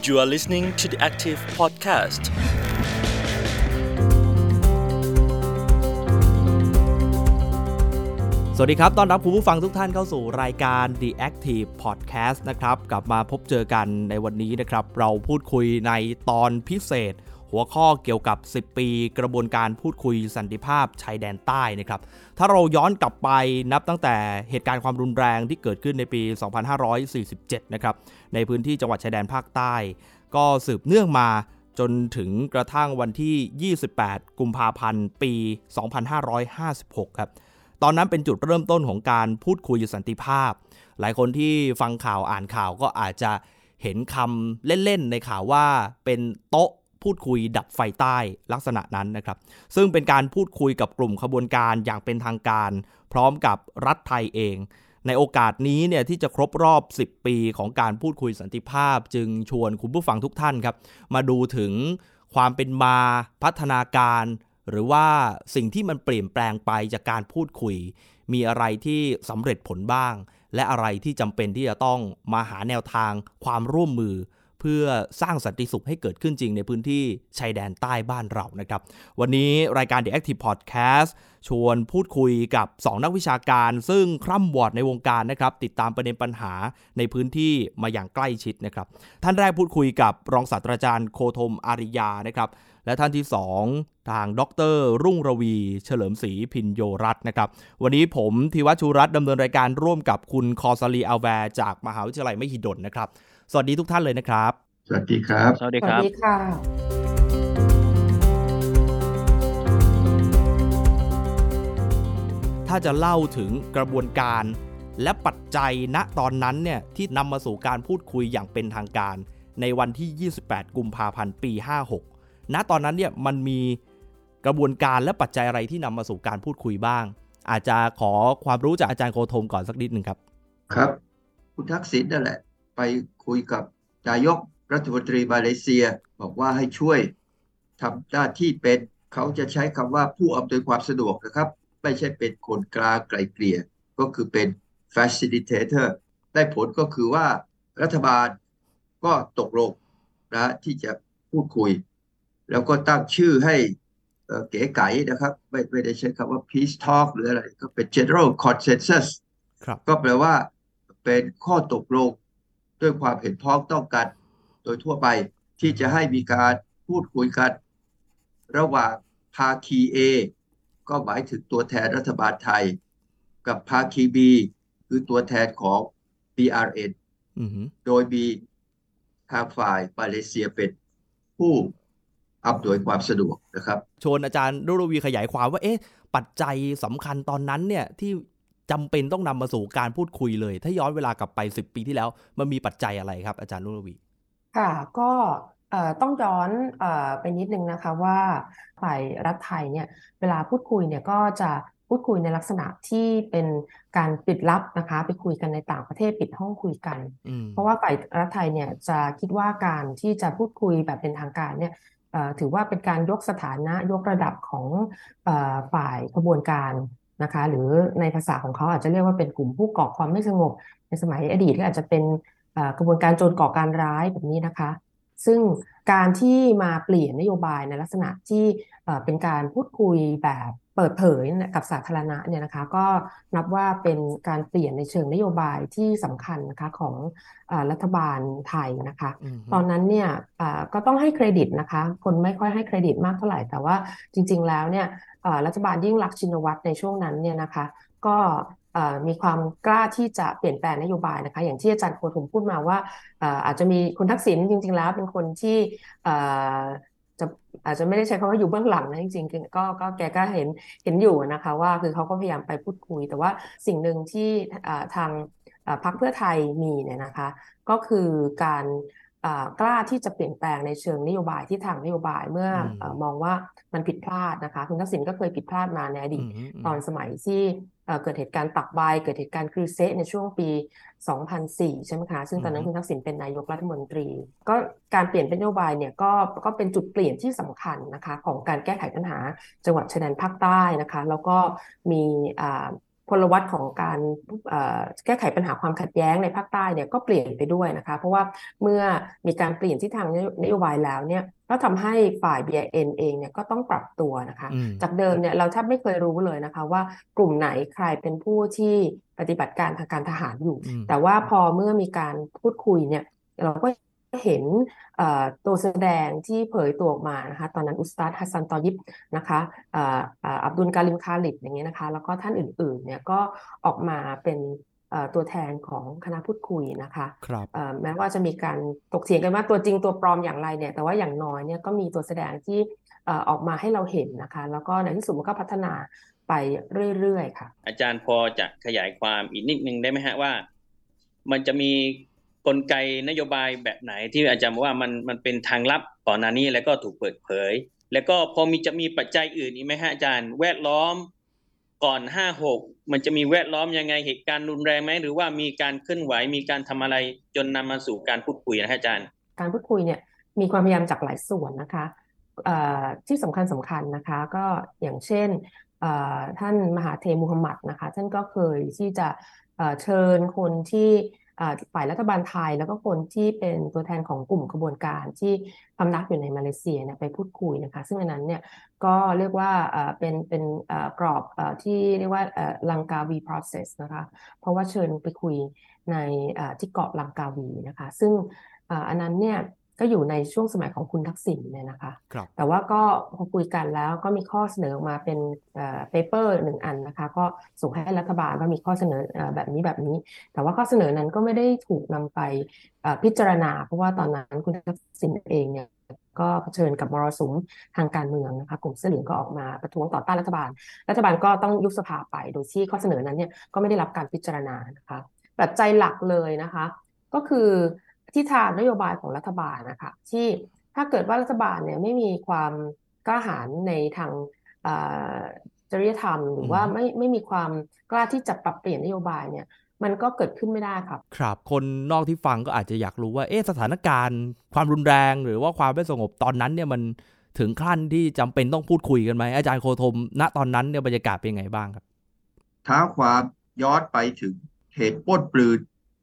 You are listening to the Active Podcast. สวัสดีครับต้อนรับคุณผู้ฟังทุกท่านเข้าสู่รายการ The Active Podcast นะครับกลับมาพบเจอกันในวันนี้นะครับเราพูดคุยในตอนพิเศษหัวข้อเกี่ยวกับ10ปีกระบวนการพูดคุยสันติภาพชายแดนใต้นะครับถ้าเราย้อนกลับไปนับตั้งแต่เหตุการณ์ความรุนแรงที่เกิดขึ้นในปี 2547 นะครับในพื้นที่จังหวัดชายแดนภาคใต้ก็สืบเนื่องมาจนถึงกระทั่งวันที่ 28 กุมภาพันธ์ ปี 2556 ครับตอนนั้นเป็นจุดเริ่มต้นของการพูดคุยสันติภาพหลายคนที่ฟังข่าวอ่านข่าวก็อาจจะเห็นคำเล่นๆในข่าวว่าเป็นโต๊ะพูดคุยดับไฟใต้ลักษณะนั้นนะครับซึ่งเป็นการพูดคุยกับกลุ่มขบวนการอย่างเป็นทางการพร้อมกับรัฐไทยเองในโอกาสนี้เนี่ยที่จะครบรอบ10ปีของการพูดคุยสันติภาพจึงชวนคุณผู้ฟังทุกท่านครับมาดูถึงความเป็นมาพัฒนาการหรือว่าสิ่งที่มันเปลี่ยนแปลงไปจากการพูดคุยมีอะไรที่สำเร็จผลบ้างและอะไรที่จำเป็นที่จะต้องมาหาแนวทางความร่วมมือเพื่อสร้างสันติสุขให้เกิดขึ้นจริงในพื้นที่ชายแดนใต้บ้านเรานะครับวันนี้รายการ The Active Podcast ชวนพูดคุยกับ2นักวิชาการซึ่งคร่ำวอร์ดในวงการนะครับติดตามประเด็นปัญหาในพื้นที่มาอย่างใกล้ชิดนะครับท่านแรกพูดคุยกับรองศาสตราจารย์โคธมอาริยานะครับและท่านที่2ทางดร.รุ่งระวีเฉลิมศรีพินโยรัตน์นะครับวันนี้ผมธีวัชชูรัตน์ดำเนินรายการร่วมกับคุณคอซาลีอัลแวร์จากมหาวิทยาลัยมหิดลนะครับสวัสดีทุกท่านเลยนะครับสวัสดีครับสวัสดีครับสวัสดีค่ะถ้าจะเล่าถึงกระบวนการและปัจจัยณตอนนั้นเนี่ยที่นำมาสู่การพูดคุยอย่างเป็นทางการในวันที่ 28 กุมภาพันธ์ ปี 56 ณ ตอนนั้นเนี่ยมันมีกระบวนการและปัจจัยอะไรที่นำมาสู่การพูดคุยบ้างอาจจะขอความรู้จากอาจารย์โคธมก่อนสักนิดนึงครับครับคุณทักษิณนั่นแหละไปคุยกับนายกรัฐมนตรีมาเลเซียบอกว่าให้ช่วยทำหน้าที่เป็นเขาจะใช้คำว่าผู้อำนวยความสะดวกนะครับไม่ใช่เป็นคนกลางไกล่เกลี่ยก็คือเป็น facilitator ได้ผลก็คือว่ารัฐบาลก็ตกลงนะที่จะพูดคุยแล้วก็ตั้งชื่อให้เก๋ไก๋นะครับไม่ได้ใช้คำว่า peace talk หรืออะไรก็เป็น general consensus ก็แปลว่าเป็นข้อตกลงด้วยความเห็นพ้องต้องกันโดยทั่วไปที่จะให้มีการพูดคุยกันระหว่างภาคี A ก็หมายถึงตัวแทนรัฐบาลไทยกับภาคี B คือตัวแทนของ BRN โดยมีทางฝ่ายมาเลเซียเป็นผู้อำนวยความสะดวกนะครับชวนอาจารย์รุ่งระวีขยายความว่าปัจจัยสำคัญตอนนั้นเนี่ยที่จำเป็นต้องนำมาสู่การพูดคุยเลยถ้าย้อนเวลากลับไป10ปีที่แล้วมันมีปัจจัยอะไรครับอาจารย์รุ่งระวีค่ะก็ต้องย้อนไปนิดนึงนะคะว่าฝ่ายรัฐไทยเนี่ยเวลาพูดคุยเนี่ยก็จะพูดคุยในลักษณะที่เป็นการปิดลับนะคะไปคุยกันในต่างประเทศปิดห้องคุยกันเพราะว่าฝ่ายรัฐไทยเนี่ยจะคิดว่าการที่จะพูดคุยแบบเป็นทางการเนี่ยถือว่าเป็นการยกสถานะยกระดับของฝ่ายขบวนการนะคะหรือในภาษาของเขาอาจจะเรียกว่าเป็นกลุ่มผู้ก่อความไม่สงบในสมัยอดีตก็อาจจะเป็นกระบวนการโจรก่อการร้ายแบบนี้นะคะซึ่งการที่มาเปลี่ยนนโยบายในลักษณะที่เป็นการพูดคุยแบบเปิดเผยกับสาธารณะเนี่ยนะคะก็นับว่าเป็นการเปลี่ยนในเชิงนโยบายที่สำคัญนะคะของรัฐบาลไทยนะคะตอนนั้นเนี่ยก็ต้องให้เครดิตนะคะคนไม่ค่อยให้เครดิตมากเท่าไหร่แต่ว่าจริงๆแล้วเนี่ยรัฐบาลยิ่งลักษณ์ชินวัตรในช่วงนั้นเนี่ยนะคะก็มีความกล้าที่จะเปลี่ยนแปลงนโยบายนะคะอย่างที่อาจารย์โคธมพูดมาว่าอาจจะมีคุณทักษิณจริงๆแล้วเป็นคนที่อาจจะไม่ได้ใช้คำว่าอยู่เบื้องหลังนะจริงๆก็แกก็เห็นอยู่นะคะว่าคือเขาก็พยายามไปพูดคุยแต่ว่าสิ่งหนึ่งที่ทางพรรคเพื่อไทยมีเนี่ยนะคะก็คือการกล้าที่จะเปลี่ยนแปลงในเชิงนโยบายที่ทางนโยบายเมื่อมองว่ามันผิดพลาดนะคะคุณทักษิณก็เคยผิดพลาดมาในอดีตตอนสมัยที่เกิดเหตุการณ์ตักใบเกิดเหตุการณ์ครูเซในช่วงปี 2004 ใช่ไหมคะซึ่งตอนนั้นคุณทักษิณเป็นนายกรัฐมนตรีก็การเปลี่ยนเป็นนโยบายเนี่ยก็เป็นจุดเปลี่ยนที่สำคัญนะคะของการแก้ไขปัญหาจังหวัดชายแดนภาคใต้นะคะแล้วก็มีพลวัตของการแก้ไขปัญหาความขัดแย้งในภาคใต้เนี่ยก็เปลี่ยนไปด้วยนะคะเพราะว่าเมื่อมีการเปลี่ยนทิศทางนโยบายแล้วเนี่ยก็ทำให้ฝ่าย BIN เองเนี่ยก็ต้องปรับตัวนะคะจากเดิมเนี่ยเราแทบไม่เคยรู้เลยนะคะว่ากลุ่มไหนใครเป็นผู้ที่ปฏิบัติการทางการทหารอยู่แต่ว่าพอเมื่อมีการพูดคุยเนี่ยเราก็เห็นตัวแสดงที่เผยตัวออกมานะคะตอนนั้นอุสตาดฮัสซันตอยิบนะคะอับดุลกาลิมคาลิดอย่างเงี้ยนะคะแล้วก็ท่านอื่นๆเนี่ยก็ออกมาเป็นตัวแทนของคณะพูดคุยนะคะแม้ว่าจะมีการถกเถียงกันว่าตัวจริงตัวปลอมอย่างไรเนี่ยแต่ว่าอย่างน้อยเนี่ยก็มีตัวแสดงที่ออกมาให้เราเห็นนะคะแล้วก็ในที่สุดมันก็พัฒนาไปเรื่อยๆค่ะอาจารย์พอจะขยายความอีกนิดนึงได้ไหมฮะว่ามันจะมีกลไกนโยบายแบบไหนที่อาจารย์บอกว่ามันเป็นทางลับก่อนหน้านี้แล้วก็ถูกเปิดเผยแล้วก็พอจะมีปัจจัยอื่นอีกไหมฮะอาจารย์แวดล้อมก่อน56มันจะมีแวดล้อมยังไงเหตุการณ์รุนแรงไหมหรือว่ามีการเคลื่อนไหวมีการทำอะไรจนนำมาสู่การพูดคุยนะอาจารย์การพูดคุยเนี่ยมีความพยายามจากหลายส่วนนะคะที่สำคัญนะคะก็อย่างเช่นท่านมหาเทมูฮัมหมัดนะคะท่านก็เคยที่จะเชิญคนที่ฝ่ายรัฐบาลไทยแล้วก็คนที่เป็นตัวแทนของกลุ่มขบวนการที่พำนักอยู่ในมาเลเซียเนี่ยไปพูดคุยนะคะซึ่งอันนั้นเนี่ยก็เรียกว่าเป็นกรอบที่เรียกว่าลังกาวี process นะคะเพราะว่าเชิญไปคุยในที่เกาะลังกาวีนะคะซึ่งอันนั้นเนี่ยก็อยู่ในช่วงสมัยของคุณทักษิณเนี่ยนะคะแต่ว่าก็พอคุยกันแล้วก็มีข้อเสนอออกมาเป็นเปเปอร์1 อันนะคะก็ส่งให้รัฐบาลว่ามีข้อเสนอแบบนี้แต่ว่าข้อเสนอนั้นก็ไม่ได้ถูกนำไปพิจารณาเพราะว่าตอนนั้นคุณทักษิณเองเนี่ยก็เผชิญกับมรสุมทางการเมืองนะคะกลุ่มเสื้อเหลืองก็ออกมาประท้วงต่อต้านรัฐบาลก็ต้องยุบสภาไปโดยที่ข้อเสนอนั้นเนี่ยก็ไม่ได้รับการพิจารณานะคะปัจจัยหลักเลยนะคะก็คือทิศทางนโยบายของรัฐบาลนะคะที่ถ้าเกิดว่ารัฐบาลเนี่ยไม่มีความกล้าหาญในทางจริยธรรมหรือว่าไม่มีความกล้าที่จะปรับเปลี่ยนนโยบายเนี่ยมันก็เกิดขึ้นไม่ได้ครับครับคนนอกที่ฟังก็อาจจะอยากรู้ว่าสถานการณ์ความรุนแรงหรือว่าความไม่สงบตอนนั้นเนี่ยมันถึงขั้นที่จำเป็นต้องพูดคุยกันไหมอาจารย์โคธมณตอนนั้นเนี่ยบรรยากาศเป็นไงบ้างครับท้าความย้อนไปถึงเหตุปล้นปลืน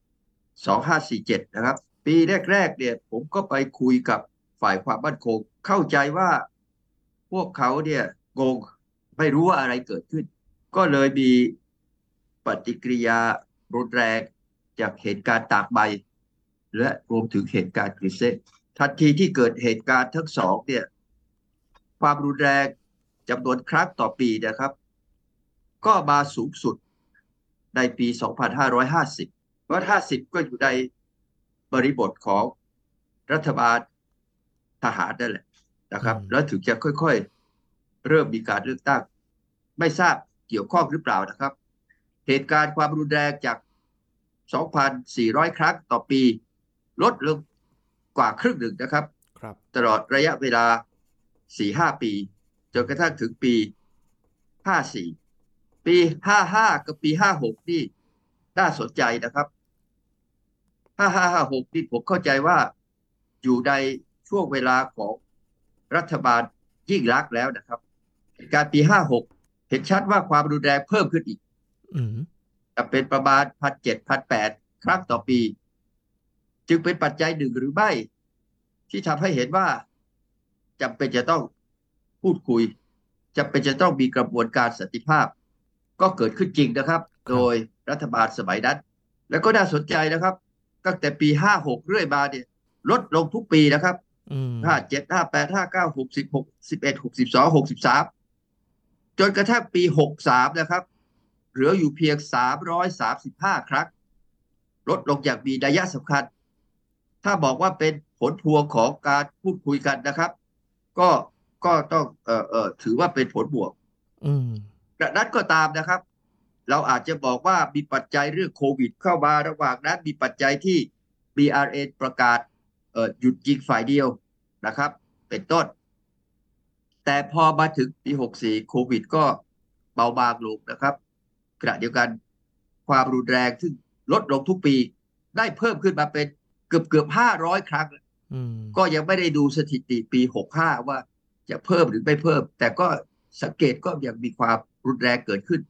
2547นะครับปีแรกๆเนี่ยผมก็ไปคุยกับฝ่ายความมั่นคงเข้าใจว่าพวกเขาเนี่ยงงไม่รู้ว่าอะไรเกิดขึ้นก็เลยมีปฏิกิริยารุนแรงจากเหตุการณ์ตากใบและรวมถึงเหตุการณ์กริเซทันทีที่เกิดเหตุการณ์ทั้งสองเนี่ยความรุนแรงจำนวนครั้งต่อปีนะครับก็มาสูงสุดในปี 2550 เพราะ50ก็อยู่ในบริบทของรัฐบาลทหารนั่นแหละนะครับแล้วถึงจะค่อยๆเริ่มมีการเลือกตั้งไม่ทราบเกี่ยวข้องหรือเปล่านะครับเหตุการณ์ความรุนแรงจาก 2,400 ครั้งต่อปีลดลงกว่าครึ่งหนึ่งนะครับตลอดระยะเวลา 4-5 ปีจนกระทั่งถึงปี 54 ปี 55 กับปี 56 นี่น่าสนใจนะครับ55-56 นี่ผมเข้าใจว่าอยู่ในช่วงเวลาของรัฐบาลยิ่งลักษณ์แล้วนะครับการปี 56 เห็นชัดว่าความรุนแรงเพิ่มขึ้นอีกจะเป็นประมาณ 1,700-1,800 ครั้งต่อปีจึงเป็นปัจจัยหนึ่งหรือไม่ที่ทำให้เห็นว่าจำเป็นจะต้องพูดคุยจำเป็นจะต้องมีกระบวนการสันติภาพก็เกิดขึ้นจริงนะครับโดยรัฐบาลสมัยนั้นแล้วก็น่าสนใจนะครับตั้งแต่ปี 56 เรื่อยมาเนี่ยลดลงทุกปีนะครับ57 58 59 60 61 62 63จนกระทั่งปี 63 นะครับเหลืออยู่เพียง 335 ครั้งลดลงอย่างมีนัยสำคัญถ้าบอกว่าเป็นผลพวงของการพูดคุยกันนะครับก็ต้องถือว่าเป็นผลบวกกระนั้นก็ตามนะครับเราอาจจะบอกว่ามีปัจจัยเรื่องโควิดเข้ามาระหว่างนั้นมีปัจจัยที่ BRN ประกาศหยุดยิงฝ่ายเดียวนะครับเป็นต้นแต่พอมาถึงปี 64 โควิดก็เบาบางลงนะครับขณะเดียวกันความรุนแรงซึ่งลดลงทุกปีได้เพิ่มขึ้นมาเป็นเกือบ500 ครั้งก็ยังไม่ได้ดูสถิติปี 65 ว่าจะเพิ่มหรือไม่เพิ่มแต่ก็สังเกตก็ยังมีความรุนแรงเกิดขึ้น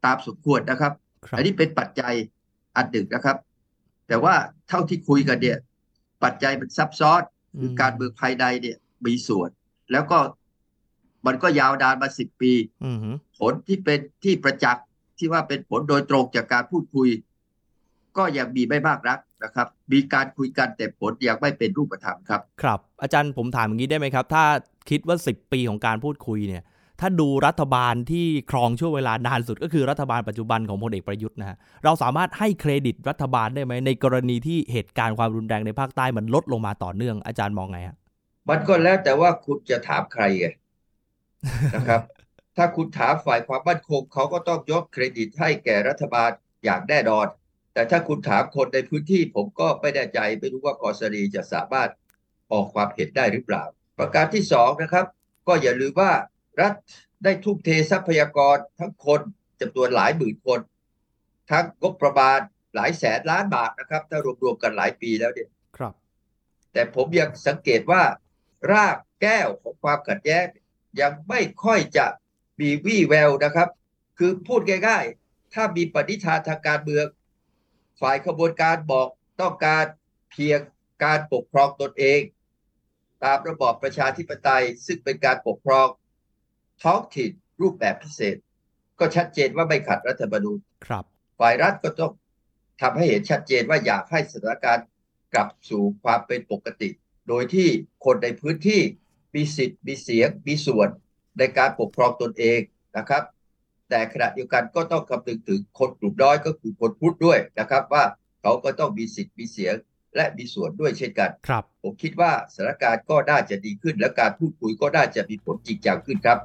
ตามสมควรนะครับอันนี้เป็นปัจจัยอันหนึ่งนะครับแต่ว่าเท่าที่คุยกันเนี่ยปัจจัยมันซับซ้อนคือการเมืองภายในเนี่ยมีส่วนแล้วก็มันก็ยาวนานมา10 ปีผลที่เป็นที่ประจักษ์ที่ว่าเป็นผลโดยตรงจากการพูดคุยก็ยังมีไม่มากนักนะครับมีการคุยกันแต่ผลยังไม่เป็นรูปธรรมครับครับอาจารย์ผมถามอย่างนี้ได้ไหมครับถ้าคิดว่า10 ปีของการพูดคุยเนี่ยถ้าดูรัฐบาลที่ครองช่วงเวลานานสุดก็คือรัฐบาลปัจจุบันของพลเอกประยุทธ์นะฮะเราสามารถให้เครดิตรัฐบาลได้ไหมในกรณีที่เหตุการณ์ความรุนแรงในภาคใต้มันลดลงมาต่อเนื่องอาจารย์มองไงฮะมันก็แล้วแต่ว่าคุณจะถามใครไงนะครับถ้าคุณถามฝ่ายความมั่นคงเขาก็ต้องยกเครดิตให้แก่รัฐบาลอย่างแน่นอนแต่ถ้าคุณถามคนในพื้นที่ผมก็ไม่แน่ใจไม่รู้ว่ากษฎีจะสามารถออกความเห็นได้หรือเปล่าประการที่2นะครับก็อย่าลืมว่ารัฐได้ทุ่มเททรัพยากรทั้งคนจำนวนหลายหมื่นคนทั้งงบประมาณหลายแสนล้านบาทนะครับถ้ารวมๆกันหลายปีแล้วเนี่ยครับแต่ผมยังสังเกตว่ารากแก้วของความขัดแย้งยังไม่ค่อยจะมีวี่แววนะครับคือพูดง่ายๆถ้ามีปณิธานทางการเมืองฝ่ายขบวนการบอกต้องการเพียงการปกครองตนเองตามระบอบประชาธิปไตยซึ่งเป็นการปกครองท้องถิ่นรูปแบบพิเศษก็ชัดเจนว่าไม่ขัดรัฐธรรมนูญฝ่ายรัฐก็ต้องทำให้เห็นชัดเจนว่าอยากให้สถานการณ์กลับสู่ความเป็นปกติโดยที่คนในพื้นที่มีสิทธิ์มีเสียงมีส่วนในการปกครองตนเองนะครับแต่ขณะเดียวกันก็ต้องคำนึงถึงคนกลุ่มน้อยก็คือคนพุทธด้วยนะครับว่าเขาก็ต้องมีสิทธิ์มีเสียงและมีส่วนด้วยเช่นกันผมคิดว่าสถานการณ์ก็น่าจะดีขึ้นและการพูดคุยก็น่าจะมีผลจริงจังขึ้นครับ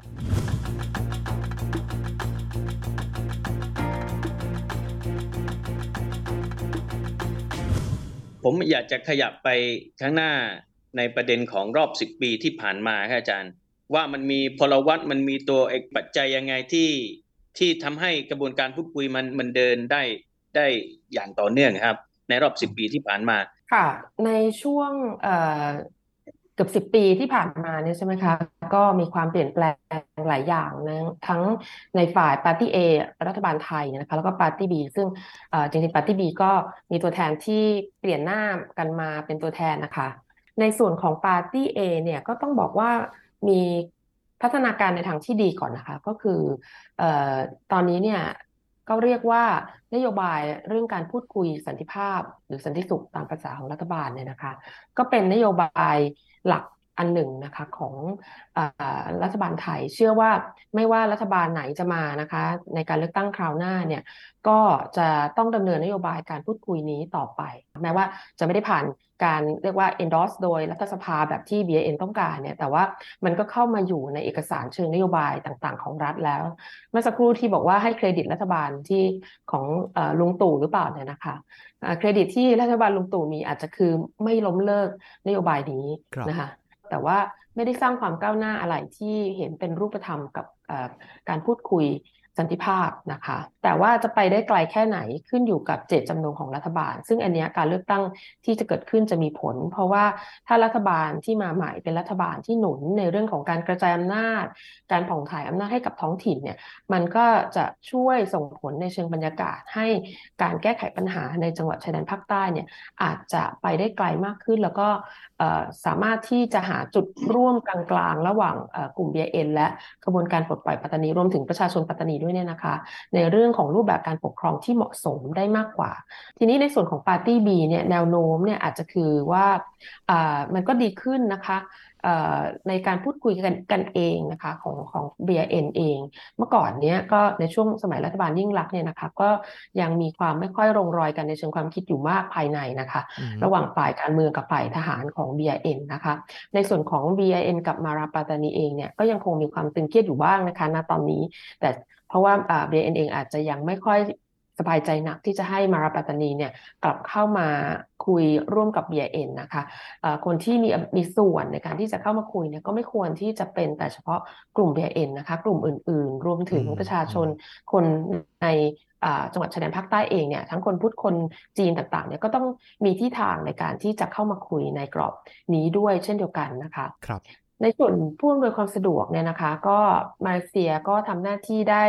ผมอยากจะขยับไปข้างหน้าในประเด็นของรอบ10 ปีที่ผ่านมาครับอาจารย์ว่ามันมีพลวัตมันมีตัวปัจจัยยังไงที่ทำให้กระบวนการพูดคุยมันเดินได้อย่างต่อเนื่องครับในรอบ10 ปีที่ผ่านมาค่ะในช่วงเกือบ10 ปีที่ผ่านมาเนี่ยใช่ไหมคะก็มีความเปลี่ยนแปลงหลายอย่างนะทั้งในฝ่ายปาร์ตี้ A รัฐบาลไทยนะคะแล้วก็ปาร์ตี้ B ซึ่งจริงๆปาร์ตี้ B ก็มีตัวแทนที่เปลี่ยนหน้ากันมาเป็นตัวแทนนะคะในส่วนของปาร์ตี้ A เนี่ยก็ต้องบอกว่ามีพัฒนาการในทางที่ดีก่อนนะคะก็คือตอนนี้เนี่ยก็เรียกว่านโยบายเรื่องการพูดคุยสันติภาพหรือสันติสุขตามภาษาของรัฐบาลเนี่ยนะคะก็เป็นนโยบายหลักอันหนึ่งนะคะของรัฐบาลไทยเชื่อว่าไม่ว่ารัฐบาลไหนจะมานะคะในการเลือกตั้งคราวหน้าเนี่ยก็จะต้องดำเนินนโยบายการพูดคุยนี้ต่อไปแม้ว่าจะไม่ได้ผ่านการเรียกว่า endorse โดยรัฐสภาแบบที่ BIN ต้องการเนี่ยแต่ว่ามันก็เข้ามาอยู่ในเอกสารเชิงนโยบายต่างๆของรัฐแล้วเมื่อสักครู่ที่บอกว่าให้เครดิตรัฐบาลที่ของลุงตู่หรือเปล่าเนี่ยนะคะเครดิตที่รัฐบาลลุงตู่มีอาจจะคือไม่ล้มเลิกนโยบายนี้นะคะแต่ว่าไม่ได้สร้างความก้าวหน้าอะไรที่เห็นเป็นรูปธรรมกับการพูดคุยสันติภาพนะคะแต่ว่าจะไปได้ไกลแค่ไหนขึ้นอยู่กับเจตจำนงของรัฐบาลซึ่งอันนี้การเลือกตั้งที่จะเกิดขึ้นจะมีผลเพราะว่าถ้ารัฐบาลที่มาใหม่เป็นรัฐบาลที่หนุนในเรื่องของการกระจายอำนาจการผ่องถ่ายอำนาจให้กับท้องถิ่นเนี่ยมันก็จะช่วยส่งผลในเชิงบรรยากาศให้การแก้ไขปัญหาในจังหวัดชายแดนภาคใต้เนี่ยอาจจะไปได้ไกลมากขึ้นแล้วก็สามารถที่จะหาจุดร่วมกลางๆระหว่างกลุ่ม BIN และกระบวนการปลดปล่อยปัตตานีรวมถึงประชาชนปัตตานีด้วยเนี่ยนะคะในเรื่องของรูปแบบการปกครองที่เหมาะสมได้มากกว่าทีนี้ในส่วนของปาร์ตี้ B เนี่ยแนวโน้มเนี่ยอาจจะคือว่ามันก็ดีขึ้นนะคะในการพูดคุยกันเองนะคะของ BIN เองเมื่อก่อนเนี้ยก็ในช่วงสมัยรัฐบาลยิ่งลักษณ์เนี่ยนะคะก็ยังมีความไม่ค่อยลงรอยกันในเชิงความคิดอยู่มากภายในนะคะระหว่างฝ่ายการเมืองกับฝ่ายทหารของ BIN นะคะในส่วนของ BIN กับมาราปาตานีเองเนี่ยก็ยังคงมีความตึงเครียดอยู่บ้างนะคะณตอนนี้แต่เพราะว่าBIN เองอาจจะยังไม่ค่อยสบายใจหนักที่จะให้มาราปัตตานีเนี่ยกลับเข้ามาคุยร่วมกับ BIN นะคะคนที่มีส่วนในการที่จะเข้ามาคุยเนี่ยก็ไม่ควรที่จะเป็นแต่เฉพาะกลุ่ม BIN นะคะกลุ่มอื่นๆรวมถึงประชาชนคนในจังหวัดชายแดนภาคใต้เองเนี่ยทั้งคนพุทธคนจีนต่างๆเนี่ยก็ต้องมีที่ทางในการที่จะเข้ามาคุยในกรอบนี้ด้วยเช่นเดียวกันนะคะในส่วนผู้อำนวยความสะดวกเนี่ยนะคะก็มาเลเซียก็ทำหน้าที่ได้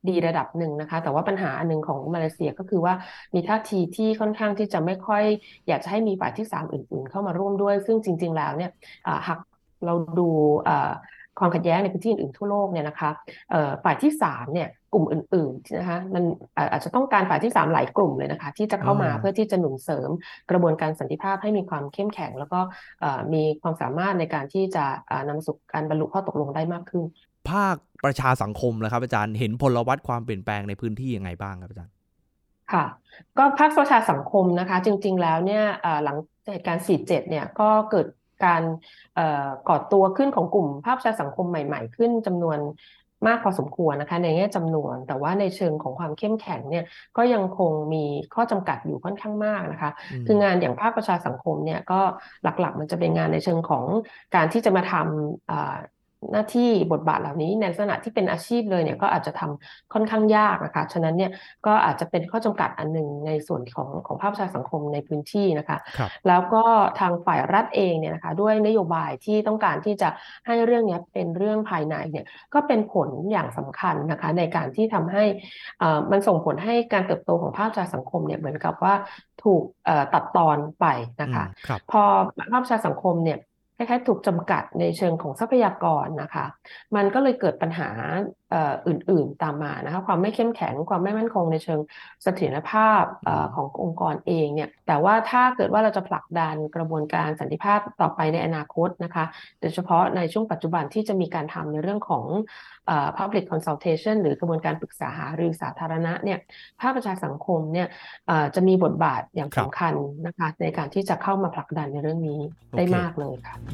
ดีระดับหนึ่งนะคะแต่ว่าปัญหาอันหนึ่งของมาเลเซียก็คือว่ามีท่าทีที่ค่อนข้างที่จะไม่ค่อยอยากจะให้มีฝ่ายที่3อื่นๆเข้ามาร่วมด้วยซึ่งจริงๆแล้วเนี่ยหากเราดูความขัดแย้งในพื้นที่อื่นๆทั่วโลกเนี่ยนะคะฝ่ายที่3เนี่ยกลุ่มอื่นๆนะคะมันอาจจะต้องการฝ่ายที่3หลายกลุ่มเลยนะคะที่จะเข้ามาเพื่อที่จะหนุนเสริมกระบวนการสันติภาพให้มีความเข้มแข็งแล้วก็มีความสามารถในการที่จะนำสู่การบรรลุข้อตกลงได้มากขึ้นภาคประชาสังคมนะครับอาจารย์เห็นพลวัตความเปลี่ยนแปลงในพื้นที่ยังไงบ้างครับอาจารย์ค่ะก็ภาคประชาสังคมนะคะจริงๆแล้วเนี่ยหลังเหตุการณ์47เนี่ยก็เกิดการก่อตัวขึ้นของกลุ่มภาคประชาสังคมใหม่ๆขึ้นจำนวนมากพอสมควรนะคะในแง่จำนวนแต่ว่าในเชิงของความเข้มแข็งเนี่ยก็ยังคงมีข้อจำกัดอยู่ค่อนข้างมากนะคะคืองานอย่างภาคประชาสังคมเนี่ยก็หลักๆมันจะเป็นงานในเชิงของการที่จะมาทำหน้าที่บทบาทเหล่านี้ในลักษณะที่เป็นอาชีพเลยเนี่ยก็อาจจะทำค่อนข้างยากนะคะฉะนั้นเนี่ยก็อาจจะเป็นข้อจำกัดอันหนึ่งในส่วนของภาคประชาสังคมในพื้นที่นะคะแล้วก็ทางฝ่ายรัฐเองเนี่ยนะคะด้วยนโยบายที่ต้องการที่จะให้เรื่องนี้เป็นเรื่องภายในเนี่ยก็เป็นผลอย่างสำคัญนะคะในการที่ทำให้มันส่งผลให้การเติบโตของภาคประชาสังคมเนี่ยเหมือนกับว่าถูกตัดตอนไปนะคะพอภาคประชาสังคมเนี่ยคล้ายๆถูกจำกัดในเชิงของทรัพยากรนะคะมันก็เลยเกิดปัญหาอื่นๆตามมานะคะความไม่เข้มแข็งความไม่มั่นคงในเชิงเสถียรภาพขององค์กรเองเนี่ยแต่ว่าถ้าเกิดว่าเราจะผลักดันกระบวนการสันติภาพต่อไปในอนาคตนะคะโดยเฉพาะในช่วงปัจจุบันที่จะมีการทำในเรื่องของpublic consultation หรือกระบวนการปรึกษาหารือสาธารณะเนี่ยภาคประชาสังคมเนี่ยจะมีบทบาทอย่างสำคัญนะคะในการที่จะเข้ามาผลักดันในเรื่องนี้ได้มากเลยค่ะ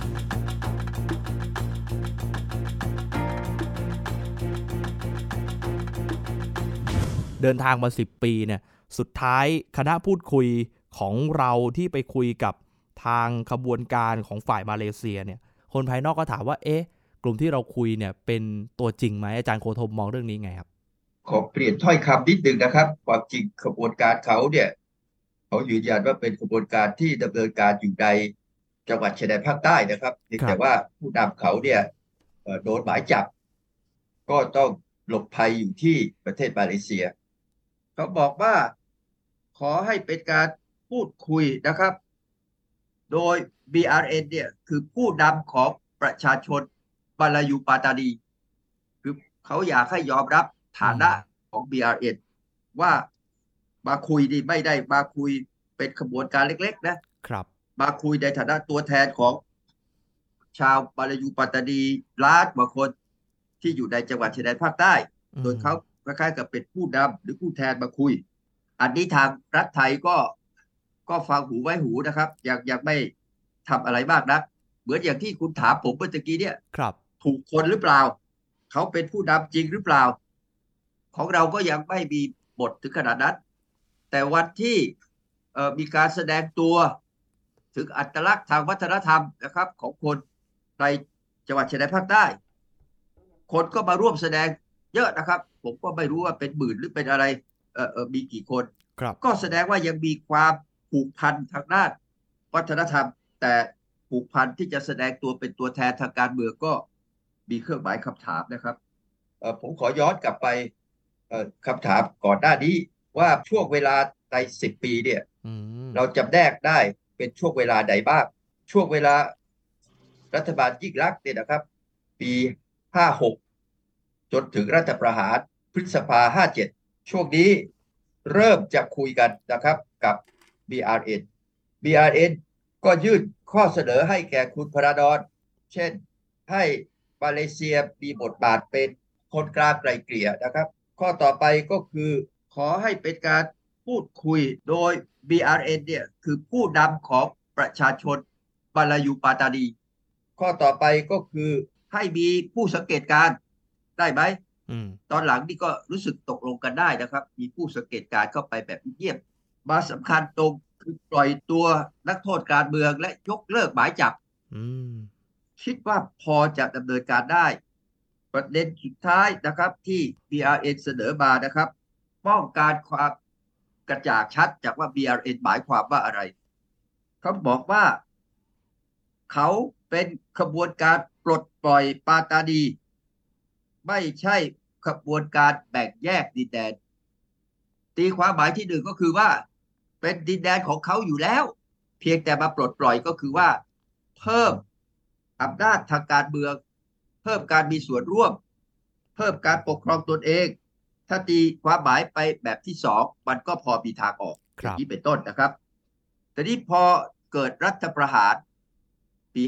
เดินทางมา10 ปีเนี่ยสุดท้ายคณะพูดคุยของเราที่ไปคุยกับทางขบวนการของฝ่ายมาเลเซียเนี่ยคนภายนอกก็ถามว่ากลุ่มที่เราคุยเนี่ยเป็นตัวจริงไหมอาจารย์โคธมมองเรื่องนี้ไงครับขอเปลี่ยนถ้อยคำนิดนึงนะครับความจริงขบวนการเขาเนี่ยเขายืนยันว่าเป็นขบวนการที่ดำเนินการอยู่ในจังหวัดชายแดนภาคใต้นะครับแต่ว่าผู้นำเขาเนี่ยโดนหมายจับก็ต้องหลบภัยอยู่ที่ประเทศมาเลเซียเขาบอกว่าขอให้เป็นการพูดคุยนะครับโดย BRN เนี่ยคือผู้นำของประชาชนมาลายูปาตานีคือเขาอยากให้ยอมรับฐานะของ BRN ว่ามาคุยดีไม่ได้มาคุยเป็นขบวนการเล็กๆนะครับมาคุยในฐานะตัวแทนของชาวมาลายูปาตานีล้านกว่าคนที่อยู่ในจังหวัดชายแดนภาคใต้โดยเขาคล้ายๆกับเป็นผู้นำหรือผู้แทนมาคุยอันนี้ทางรัฐไทยก็ฟังหูไว้หูนะครับยังไม่ทำอะไรมากนะเหมือนอย่างที่คุณถามผมเมื่อกี้เนี่ยถูกคนหรือเปล่าเขาเป็นผู้นำจริงหรือเปล่าของเราก็ยังไม่มีบทถึงขนาดนั้นแต่วันที่มีการแสดงตัวถึงอัตลักษณ์ทางวัฒนธรรมนะครับของคนในจังหวัดชายแดนภาคใต้คนก็มาร่วมแสดงเยอะนะครับผมก็ไม่รู้ว่าเป็นหมื่นหรือเป็นอะไรมีกี่คนก็แสดงว่ายังมีความผูกพันทางด้านวัฒนธรรมแต่ผูกพันที่จะแสดงตัวเป็นตัวแทนทางการเมืองก็มีเครื่องหมายคำถามนะครับผมขอย้อนกลับไปคำถามก่อนหน้านี้ว่าช่วงเวลาใน10 ปีเนี่ยเราจำแนกได้เป็นช่วงเวลาใดบ้างช่วงเวลารัฐบาลยิ่งลักษณ์เนี่ยนะครับปี56จนถึงรัฐประหารพฤษภา57ช่วงนี้เริ่มจะคุยกันนะครับกับ BRN ก็ยื่นข้อเสนอให้แก่คุณพระดอนเช่นให้มาเลเซียมีบทบาทเป็นคนกลางไกล่เกลี่ยนะครับข้อต่อไปก็คือขอให้เป็นการพูดคุยโดย BRN เนี่ยคือผู้นำของประชาชนมาลายูปาตานีข้อต่อไปก็คือให้มีผู้สังเกตการได้ไหมตอนหลังนี่ก็รู้สึกตกลงกันได้นะครับมีผู้สังเกตการเข้าไปแบบเงียบมาสำคัญตรงคือปล่อยตัวนักโทษการเมืองและยกเลิกหมายจับคิดว่าพอจะดำเนินการได้ประเด็นสุดท้ายนะครับที่ BRN เสนอมานะครับป้องกันความกระจ่างชัดจากว่า BRN หมายความว่าอะไรเขาบอกว่าเขาเป็นขบวนการปลดปล่อยปาตานีไม่ใช่ขบวนการแบ่งแยกดินแดนตีความหมายที่หนึ่งก็คือว่าเป็นดินแดนของเขาอยู่แล้วเพียงแต่มาปลดปล่อยก็คือว่าเพิ่มอำนาจทางการเมืองเพิ่มการมีส่วนร่วมเพิ่มการปกครองตนเองถ้าตีความหมายไปแบบที่สองมันก็พอมีทางออกอย่างนี้เป็นต้นนะครับแต่นี้พอเกิดรัฐประหารปี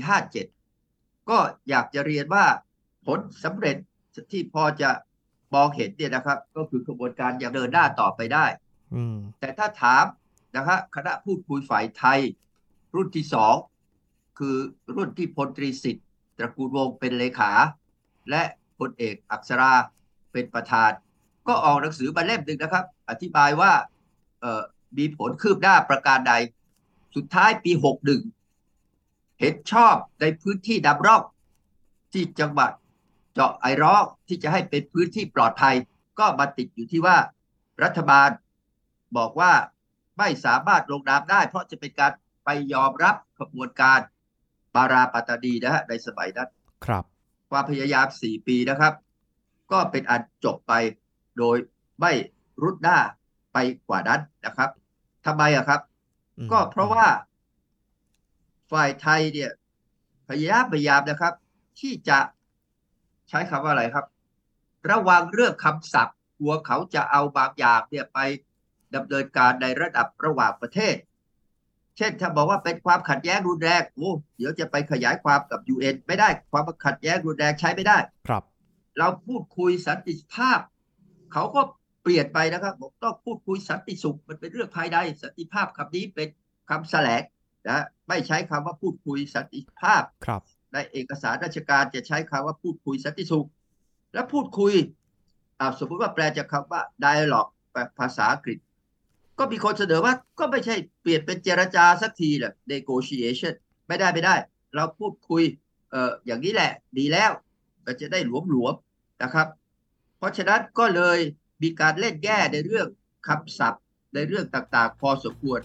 57ก็อยากจะเรียนว่าผลสำเร็จที่พอจะมองเห็นเนี่ยนะครับก็คือกระบวนการยังเดินหน้าต่อไปได้แต่ถ้าถามนะครับคณะพูดคุยฝ่ายไทยรุ่นที่สองคือรุ่นที่พลตรีสิทธิ์ตระกูลวงศ์เป็นเลขาและพลเอกอักษราเป็นประธานก็ออกหนังสือมาเล่มหนึ่งนะครับอธิบายว่ามีผลคืบหน้าประการใดสุดท้ายปี61เห็นชอบในพื้นที่ดำร่องที่จังหวัดเจาะไอร้องที่จะให้เป็นพื้นที่ปลอดภัยก็มาติดอยู่ที่ว่ารัฐบาลบอกว่าไม่สามารถลงนามได้เพราะจะเป็นการไปยอมรับขบวนการบาราปัตตานีนะฮะในสมัยนั้นครับความพยายาม4 ปีนะครับก็เป็นอันจบไปโดยไม่รุดหน้าไปกว่านั้นนะครับทำไมครับก็เพราะว่าฝ่ายไทยเนี่ยพยายามนะครับที่จะใช้คำว่าอะไรครับระวังเรื่องคำศัพท์กลัวเขาจะเอาบางอย่างเนี่ยไปดำเนินการในระดับระหว่างประเทศเช่นถ้าบอกว่าเป็นความขัดแย้งรุนแรงเดี๋ยวจะไปขยายความกับ UN ไม่ได้ความขัดแย้งรุนแรงใช้ไม่ได้ครับเราพูดคุยสันติภาพเขาก็เปลี่ยนไปนะครับบอกต้องพูดคุยสันติสุขมันเป็นเรื่องภายในสันติภาพคำนี้เป็นคำแสลงนะไม่ใช้คำว่าพูดคุยสันติภาพครับในเอกสารราชการจะใช้คำว่าพูดคุยสันติสุขและพูดคุยสมมติว่าแปลจากคำว่า dialogue ภาษาอังกฤษก็มีคนเสนอว่าก็ไม่ใช่เปลี่ยนเป็นเจรจาสักทีแหละ negotiation ไม่ได้เราพูดคุยอย่างนี้แหละดีแล้วมันจะได้หลวมนะครับเพราะฉะนั้นก็เลยมีการเล่นแง่ในเรื่องคำศัพท์ในเรื่องต่างๆพอสมควร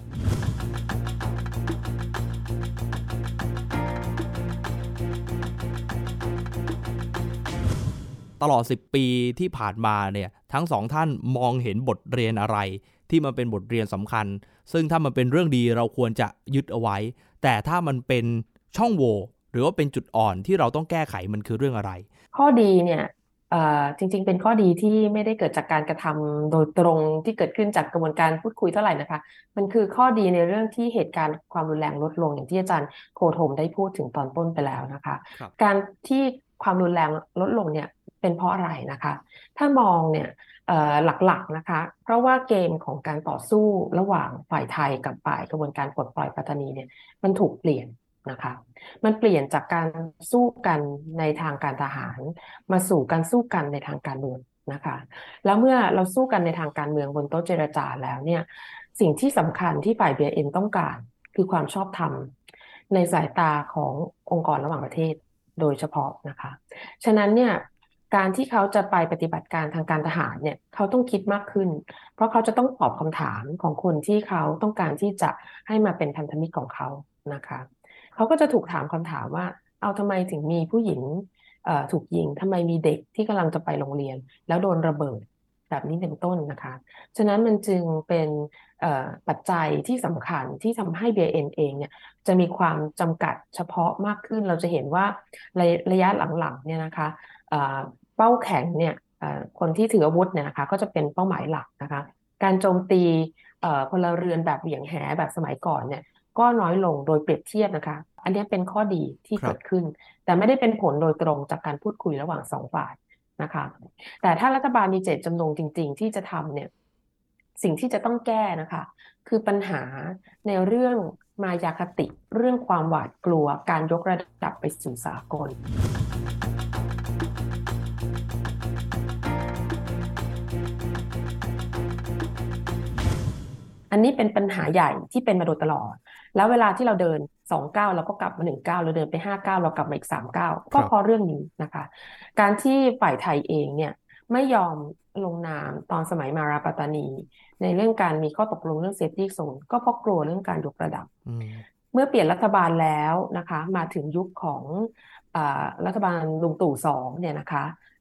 ตลอด10 ปีที่ผ่านมาเนี่ยทั้งสองท่านมองเห็นบทเรียนอะไรที่มันเป็นบทเรียนสำคัญซึ่งถ้ามันเป็นเรื่องดีเราควรจะยึดเอาไว้แต่ถ้ามันเป็นช่องโหว่หรือว่าเป็นจุดอ่อนที่เราต้องแก้ไขมันคือเรื่องอะไรข้อดีเนี่ยจริงๆเป็นข้อดีที่ไม่ได้เกิดจากการกระทำโดยตรงที่เกิดขึ้นจากกระบวนการพูดคุยเท่าไหร่นะคะมันคือข้อดีในเรื่องที่เหตุการณ์ความรุนแรงลดลงอย่างที่อาจารย์โคธมได้พูดถึงตอนต้นไปแล้วนะคะการที่ความรุนแรงลดลงเนี่ยเป็นเพราะอะไรนะคะถ้ามองเนี่ยหลักๆนะคะเพราะว่าเกมของการต่อสู้ระหว่างฝ่ายไทยกับฝ่ายกระบวนการปลดปล่อยปัตตานีเนี่ยมันถูกเปลี่ยนนะคะมันเปลี่ยนจากการสู้กันในทางการทหารมาสู่การสู้กันในทางการเมืองนะคะแล้วเมื่อเราสู้กันในทางการเมืองบนโต๊ะเจรจาแล้วเนี่ยสิ่งที่สำคัญที่ฝ่าย BIN ต้องการคือความชอบธรรมในสายตาขององค์กรระหว่างประเทศโดยเฉพาะนะคะฉะนั้นเนี่ยการที่เขาจะไปปฏิบัติการทางการทหารเนี่ยเขาต้องคิดมากขึ้นเพราะเขาจะต้องตอบคำถามของคนที่เขาต้องการที่จะให้มาเป็นพันธมิตรของเขานะคะเขาก็จะถูกถามคำถามว่าเอาทำไมถึงมีผู้หญิงถูกยิงทำไมมีเด็กที่กำลังจะไปโรงเรียนแล้วโดนระเบิดแบบนี้เป็นต้นนะคะฉะนั้นมันจึงเป็นปัจจัยที่สำคัญที่ทำให้ BIN เองเนี่ยจะมีความจำกัดเฉพาะมากขึ้นเราจะเห็นว่าระยะหลังๆเนี่ยนะคะเป้าแข็งเนี่ยคนที่ถืออาวุธเนี่ยนะคะก็จะเป็นเป้าหมายหลักนะคะการโจมตีพลเรือนแบบเหวี่ยงแหแบบสมัยก่อนเนี่ยก็น้อยลงโดยเปรียบเทียบนะคะอันนี้เป็นข้อดีที่เกิดขึ้นแต่ไม่ได้เป็นผลโดยตรงจากการพูดคุยระหว่าง2 ฝ่ายนะคะแต่ถ้ารัฐบาลมีเจตจำนงจริงๆที่จะทำเนี่ยสิ่งที่จะต้องแก้นะคะคือปัญหาในเรื่องมายาคติเรื่องความหวาดกลัวการยกระดับไปสู่สากลอันนี้เป็นปัญหาใหญ่ที่เป็นมาโดยตลอดแล้วเวลาที่เราเดิน2 ก้าวเราก็กลับมา1 ก้าวเราเดินไป5 ก้าวเรากลับมาอีก3 ก้าวก็เพราะเรื่องนี้นะคะการที่ฝ่ายไทยเองเนี่ยไม่ยอมลงนามตอนสมัยมาราปัตตานีในเรื่องการมีข้อตกลงเรื่องเซฟตี้โซนก็เพราะกลัวเรื่องการยกระดับเมื่อเปลี่ยนรัฐบาลแล้วนะคะมาถึงยุคของรัฐบาลลุงตู่2เนี่ยนะคะ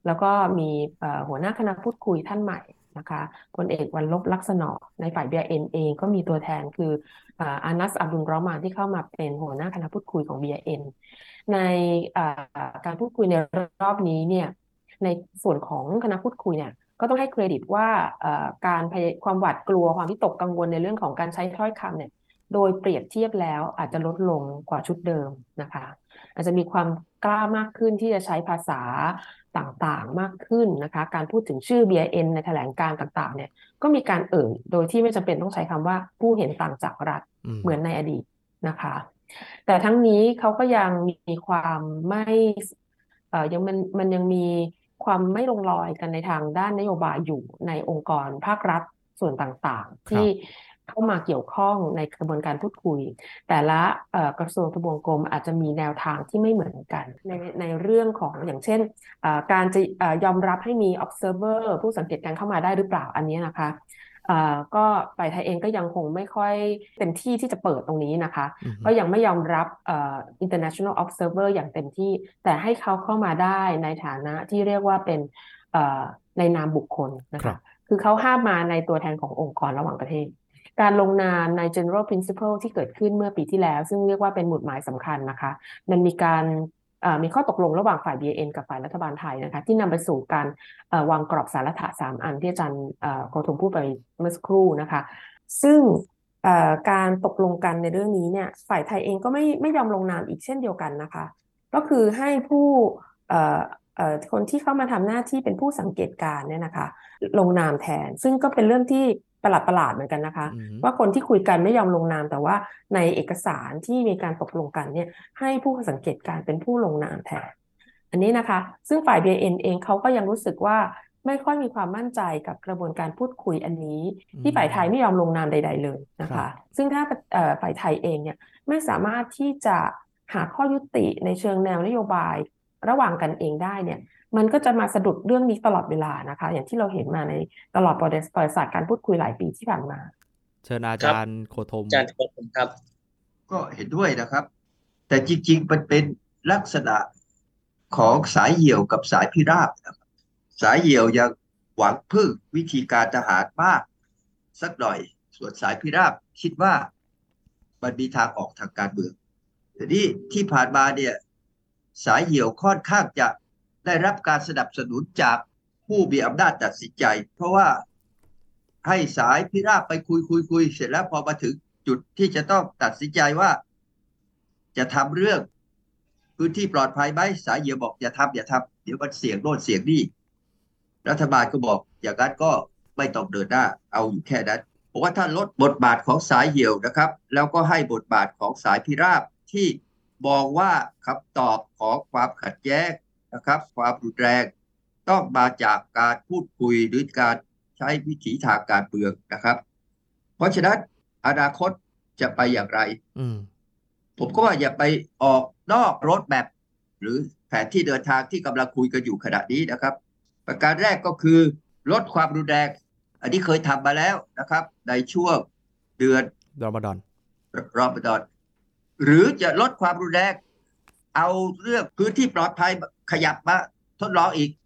แล้วก็มีหัวหน้าคณะพูดคุยท่านใหม่นะคะพลเอกวรรลบลักษณะในฝ่าย BRN เองก็มีตัวแทนคืออานัสอับดุลเราะห์มานที่เข้ามาเป็นหัวหน้าคณะพูดคุยของ BRN ในการพูดคุยในรอบนี้เนี่ยในส่วนของคณะพูดคุยเนี่ยก็ต้องให้เครดิตว่าความหวาดกลัวความวิตกกังวลในเรื่องของการใช้ถ้อยคำเนี่ยโดยเปรียบเทียบแล้วอาจจะลดลงกว่าชุดเดิมนะคะอาจจะมีความกล้ามากขึ้นที่จะใช้ภาษาต่างๆมากขึ้นนะคะการพูดถึงชื่อ BRN ในแถลงการณ์ต่างๆเนี่ยก็มีการโดยที่ไม่จำเป็นต้องใช้คำว่าผู้เห็นต่างจากรัฐเหมือนในอดีตนะคะแต่ทั้งนี้เขาก็ยังมีความไม่มันยังมีความไม่ลงรอยกันในทางด้านนโยบายอยู่ในองค์กรภาครัฐส่วนต่างๆที่เข้ามาเกี่ยวข้องในกระบวนการพูดคุยแต่ละกระทรวงทบวงกรมอาจจะมีแนวทางที่ไม่เหมือนกันในเรื่องของอย่างเช่นการจะยอมรับให้มี observer ผู้สังเกตการเข้ามาได้หรือเปล่าอันนี้นะคะก็ฝ่ายไทยเองก็ยังคงไม่ค่อยเต็มที่ที่จะเปิดตรงนี้นะคะก็ยังไม่ยอมรับinternational observer อย่างเต็มที่แต่ให้เขาเข้ามาได้ในฐานะที่เรียกว่าเป็นในนามบุคคลนะคะคือเขาห้ามมาในตัวแทนขององค์กรระหว่างประเทศการลงนามใน general principle ที่เกิดขึ้นเมื่อปีที่แล้วซึ่งเรียกว่าเป็นหมุดหมายสำคัญนะคะมันมีข้อตกลงระหว่างฝ่าย BRN กับฝ่ายรัฐบาลไทยนะคะที่นำไปสู่การวางกรอบสาระ3 อันที่อาจารย์โกธมพูดไปเมื่อสักครู่นะคะซึ่งการตกลงกันในเรื่องนี้เนี่ยฝ่ายไทยเองก็ไม่ยอมลงนามอีกเช่นเดียวกันนะคะก็คือให้คนที่เข้ามาทำหน้าที่เป็นผู้สังเกตการณ์เนี่ยนะคะลงนามแทนซึ่งก็เป็นเรื่องที่ประหลาดเหมือนกันนะคะว่าคนที่คุยกันไม่ยอมลงนามแต่ว่าในเอกสารที่มีการตกลงกันเนี่ยให้ผู้สังเกตการณ์เป็นผู้ลงนามแทนอันนี้นะคะซึ่งฝ่าย BRN เองเขาก็ยังรู้สึกว่าไม่ค่อยมีความมั่นใจกับกระบวนการพูดคุยอันนี้ที่ฝ่ายไทยไม่ยอมลงนามใดๆเลยนะคะซึ่งถ้าฝ่ายไทยเองเนี่ยไม่สามารถที่จะหาข้อยุติในเชิงแนวนโยบายระหว่างกันเองได้เนี่ยมันก็จะมาสะดุดเรื่องนี้ตลอดเวลานะคะอย่างที่เราเห็นมาในตลอดประวัติศาสตร์การพูดคุยหลายปีที่ผ่านมาเชิญอาจารย์โคธมอาจารย์โคธมครับก็เห็นด้วยนะครับแต่จริงๆมันเป็นลักษณะของสายเหี่ยวกับสายพิราบนะครับสายเหี่ยวยังหวังพึ่งวิธีการทหารมากสักหน่อยส่วนสายพิราบคิดว่ามันมีทางออกทางการเมืองแต่นี่ที่ผ่านมาเนี่ยสายเหี่ยวค่อนข้างจะได้รับการสนับสนุนจากผู้มีอำนาจตัดสินใจเพราะว่าให้สายพิราบไปคุยเสร็จแล้วพอมาถึงจุดที่จะต้องตัดสินใจว่าจะทำเรื่องพื้นที่ปลอดภัยไหมสายเหี่ยวบอกอย่าทำเดี๋ยวมันเสี่ยงโน่นเสี่ยงนี่รัฐบาลก็บอกอย่างนั้นก็ไม่ต้องเดินหน้าเอาอยู่แค่นั้นเพราะว่าถ้าลดบทบาทของสายเหี่ยวนะครับแล้วก็ให้บทบาทของสายพิราบที่มองว่าคำตอบของความขัดแย้งนะครับความรุนแรงต้องมาจากการพูดคุยหรือการใช้วิถีทางการเมืองนะครับเพราะฉะนั้นอนาคตจะไปอย่างไรผมก็ว่าอย่าไปออกนอกรถแมพหรือแผนที่เดินทางที่กำลังคุยกันอยู่ขณะนี้นะครับประการแรกก็คือลดความรุนแรงอันนี้เคยทำมาแล้วนะครับในช่วงเดือนรอมฎอนหรือจะลดความรุนแรงเอาเรื่องพื้นที่ปลอดภัยขยับมาทดลองอีก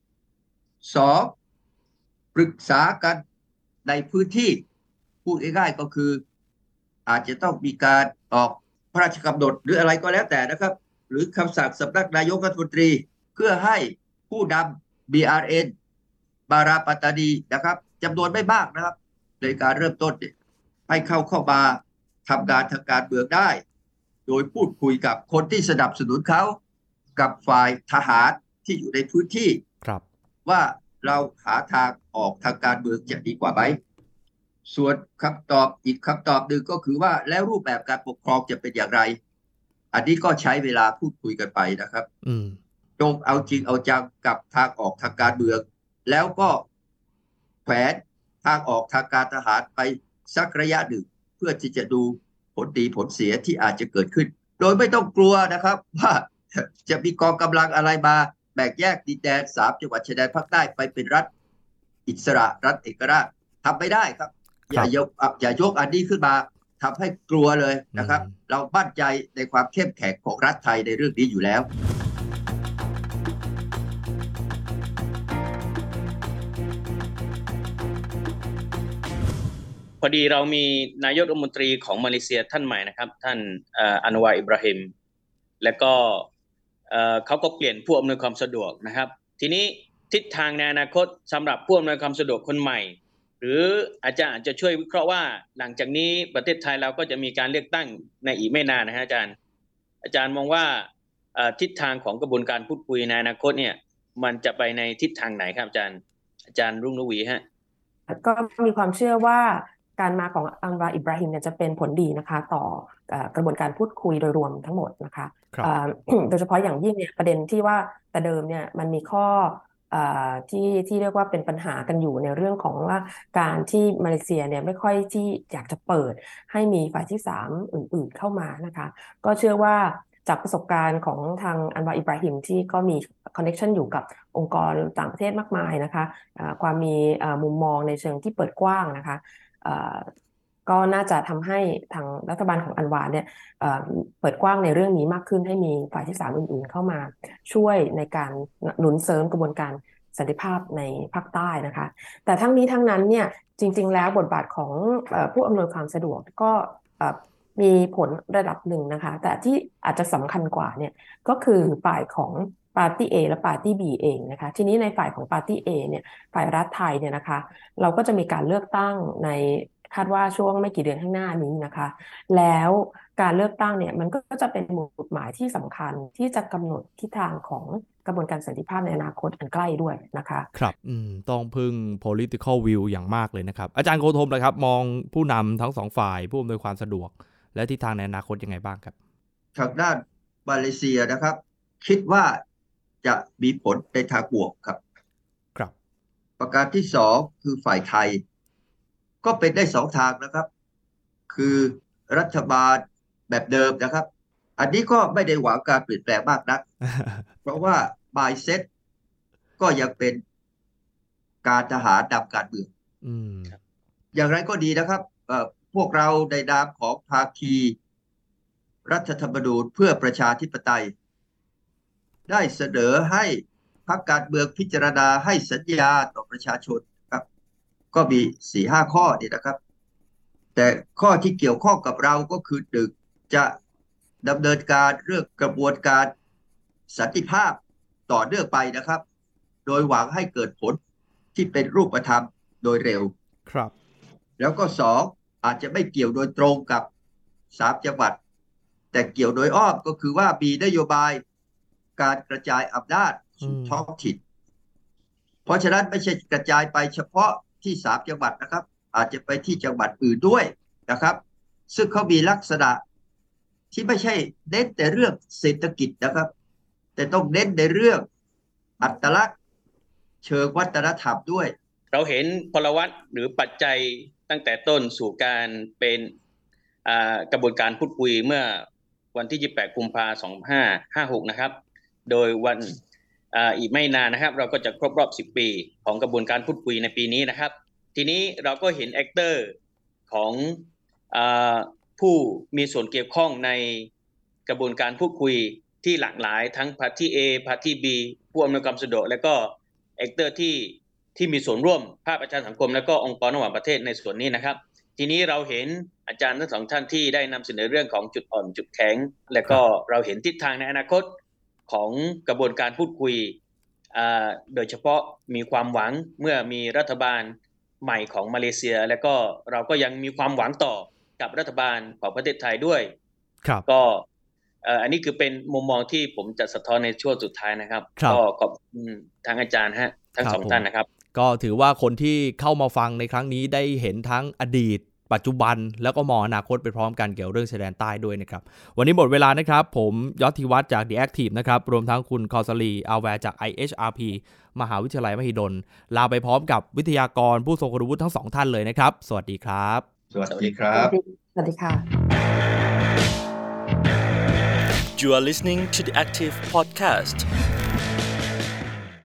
2ปรึกษากันในพื้นที่พูดง่ายๆก็คืออาจจะต้องมีการออกพระราชกำหนดหรืออะไรก็แล้วแต่นะครับหรือคำสั่งสำนักนายกรัฐมนตรีเพื่อให้ผู้นำ BRN บาราปัตตานีนะครับจำนวนไม่มากนะครับในการเริ่มต้นให้เข้ามาทำงานทางการเมืองได้โดยพูดคุยกับคนที่สนับสนุนเขากับฝ่ายทหารที่อยู่ในพื้นที่ว่าเราหาทางออกทางการเมืองจะดีกว่าไหมส่วนคำตอบอีกคำตอบหนึ่งก็คือว่าแล้วรูปแบบการปกครองจะเป็นอย่างไรอันนี้ก็ใช้เวลาพูดคุยกันไปนะครับจงเอาจริงเอาจังกับทางออกทางการเมืองแล้วก็แผนทางออกทางการทหารไปสักระยะหนึ่งเพื่อที่จะดูผลดีผลเสียที่อาจจะเกิดขึ้นโดยไม่ต้องกลัวนะครับว่าจะมีกองกำลังอะไรมาแบ่งแยกดินแดน3จังหวัดชายแดนภาคใต้ไปเป็นรัฐอิสระรัฐเอกราชทำไม่ได้ครับอย่ายกอันนี้ขึ้นมาทำให้กลัวเลยนะครับเรามั่นใจในความเข้มแข็งของรัฐไทยในเรื่องนี้อยู่แล้วพอดีเรามีนายกรัฐมนตรีของมาเลเซียท่านใหม่นะครับท่านอันวาอิบราฮิมและก็เขาก็เปลี่ยนผู้อำนวยความสะดวกนะครับทีนี้ทิศทางในอนาคตสำหรับผู้อำนวยความสะดวกคนใหม่หรืออาจารย์อาจจะช่วยวิเคราะห์ว่าหลังจากนี้ประเทศไทยเราก็จะมีการเลือกตั้งในอีกไม่นานนะฮะอาจารย์มองว่าทิศทางของกระบวนการพูดคุยในอนาคตเนี่ยมันจะไปในทิศทางไหนครับอาจารย์รุ่งระวีฮะก็มีความเชื่อว่าการมาของอันวาอิบราฮิมเนี่ยจะเป็นผลดีนะคะต่อกระบวนการพูดคุยโดยรวมทั้งหมดนะคะโดยเฉพาะอย่างยิ่งเนี่ยประเด็นที่ว่าแต่เดิมเนี่ยมันมีข้อที่เรียกว่าเป็นปัญหากันอยู่ในเรื่องของว่าการที่มาเลเซียเนี่ยไม่ค่อยที่อยากจะเปิดให้มีฝ่ายที่3อื่นๆเข้ามานะคะก็เชื่อว่าจากประสบการณ์ของทางอันวาอิบราฮิมที่ก็มีคอนเนคชันอยู่กับองค์กรต่างประเทศมากมายนะคะความมีมุมมองในเชิงที่เปิดกว้างนะคะก็น่าจะทำให้ทางรัฐบาลของอันวาเนี่ยเปิดกว้างในเรื่องนี้มากขึ้นให้มีฝ่ายที่3อื่นๆเข้ามาช่วยในการหนุนเสริมกระบวนการสันติภาพในภาคใต้นะคะแต่ทั้งนี้ทั้งนั้นเนี่ยจริงๆแล้วบทบาทของผู้อำนวยความสะดวกก็มีผลระดับหนึ่งนะคะแต่ที่อาจจะสำคัญกว่าเนี่ยก็คือฝ่ายของปาร์ตี้ A และปาร์ตี้ B เองนะคะทีนี้ในฝ่ายของปาร์ตี้ A เนี่ยฝ่ายรัฐไทยเนี่ยนะคะเราก็จะมีการเลือกตั้งในคาดว่าช่วงไม่กี่เดือนข้างหน้านี้นะคะแล้วการเลือกตั้งเนี่ยมันก็จะเป็นหมุดหมายที่สำคัญที่จะกำหนดทิศทางของกระบวนการสันติภาพในอนาคตอันใกล้ด้วยนะคะครับต้องพึ่ง political view อย่างมากเลยนะครับอาจารย์โคธมเลยครับมองผู้นำทั้งสองฝ่ายผู้อำนวยความสะดวกและทิศทางในอนาคตยังไงบ้างครับทางด้านมาเลเซียนะครับคิดว่าจะมีผลในทางบวกครับประการที่2คือฝ่ายไทยก็เป็นได้2ทางนะครับคือรัฐบาลแบบเดิมนะครับอันนี้ก็ไม่ได้หวังการเปลี่ยนแปลงมากนัก เพราะว่า mindset ก็ยังเป็นการทหารนำการเมืองอย่างไรก็ดีนะครับพวกเราในนามของภาคีรัฐธรรมนูญเพื่อประชาธิปไตยได้เสนอให้พรรคการเมืองพิจารณาให้สัญญาต่อประชาชนครับก็มี 4-5 ข้อนี่นะครับแต่ข้อที่เกี่ยวข้องกับเราก็คือ1จะดำเนินการเรื่องกระบวนการสันติภาพต่อเนื่องไปนะครับโดยหวังให้เกิดผลที่เป็นรูปธรรมโดยเร็วครับแล้วก็2อาจจะไม่เกี่ยวโดยตรงกับ3จังหวัดแต่เกี่ยวโดยอ้อมก็คือว่ามีนโยบายการกระจายอำนาจสู่ท้องถิ่นเพราะฉะนั้นไม่ใช่กระจายไปเฉพาะที่3จังหวัดนะครับอาจจะไปที่จังหวัดอื่นด้วยนะครับซึ่งเขามีลักษณะที่ไม่ใช่เน้นแต่เรื่องเศรษฐกิจนะครับแต่ต้องเน้นในเรื่องอัตลักษณ์เชิงวัฒนธรรมด้วยเราเห็นพลวัตหรือปัจจัยตั้งแต่ต้นสู่การเป็นกระบวนการพูดคุยเมื่อวันที่28กุมภาพันธ์2556นะครับโดยวันอีกไม่นานนะครับเราก็จะครบรอบ10ปีของกระบวนการพูดคุยในปีนี้นะครับทีนี้เราก็เห็นแอคเตอร์ของผู้มีส่วนเกี่ยวข้องในกระบวนการพูดคุยที่หลากหลายทั้งพาร์ตี้ A พาร์ตี้ B ผู้อำนวยความสะดวกและก็แอคเตอร์ที่มีส่วนร่วมภาคประชาสังคมและก็องค์กรระหว่างประเทศในส่วนนี้นะครับทีนี้เราเห็นอาจารย์ทั้ง2ท่านที่ได้นำเสนอเรื่องของจุดอ่อนจุดแข็งและก็เราเห็นทิศทางในอนาคตของกระบวนการพูดคุยโดยเฉพาะมีความหวังเมื่อมีรัฐบาลใหม่ของมาเลเซียและก็เราก็ยังมีความหวังต่อกับรัฐบาลของประเทศไทยด้วยก็อันนี้คือเป็นมุมมองที่ผมจะสะท้อนในช่วงสุดท้ายนะครับก็ขอบคุณทางอาจารย์ฮะทั้ง2ท่านนะครับก็ถือว่าคนที่เข้ามาฟังในครั้งนี้ได้เห็นทั้งอดีตปัจจุบันแล้วก็มองอนาคตไปพร้อมกันเกี่ยวเรื่องชายแดนใต้ด้วยนะครับวันนี้หมดเวลานะครับผมยศธีวัฒน์จาก The Active นะครับรวมทั้งคุณคอซาลีอัลแวร์จาก IHRP มหาวิทยาลัยมหิดลลาไปพร้อมกับวิทยากรผู้ทรงคุณวุฒิทั้ง2ท่านเลยนะครับสวัสดีครับสวัสดีครับสวัสดีค่ะ You are listening to the Active Podcast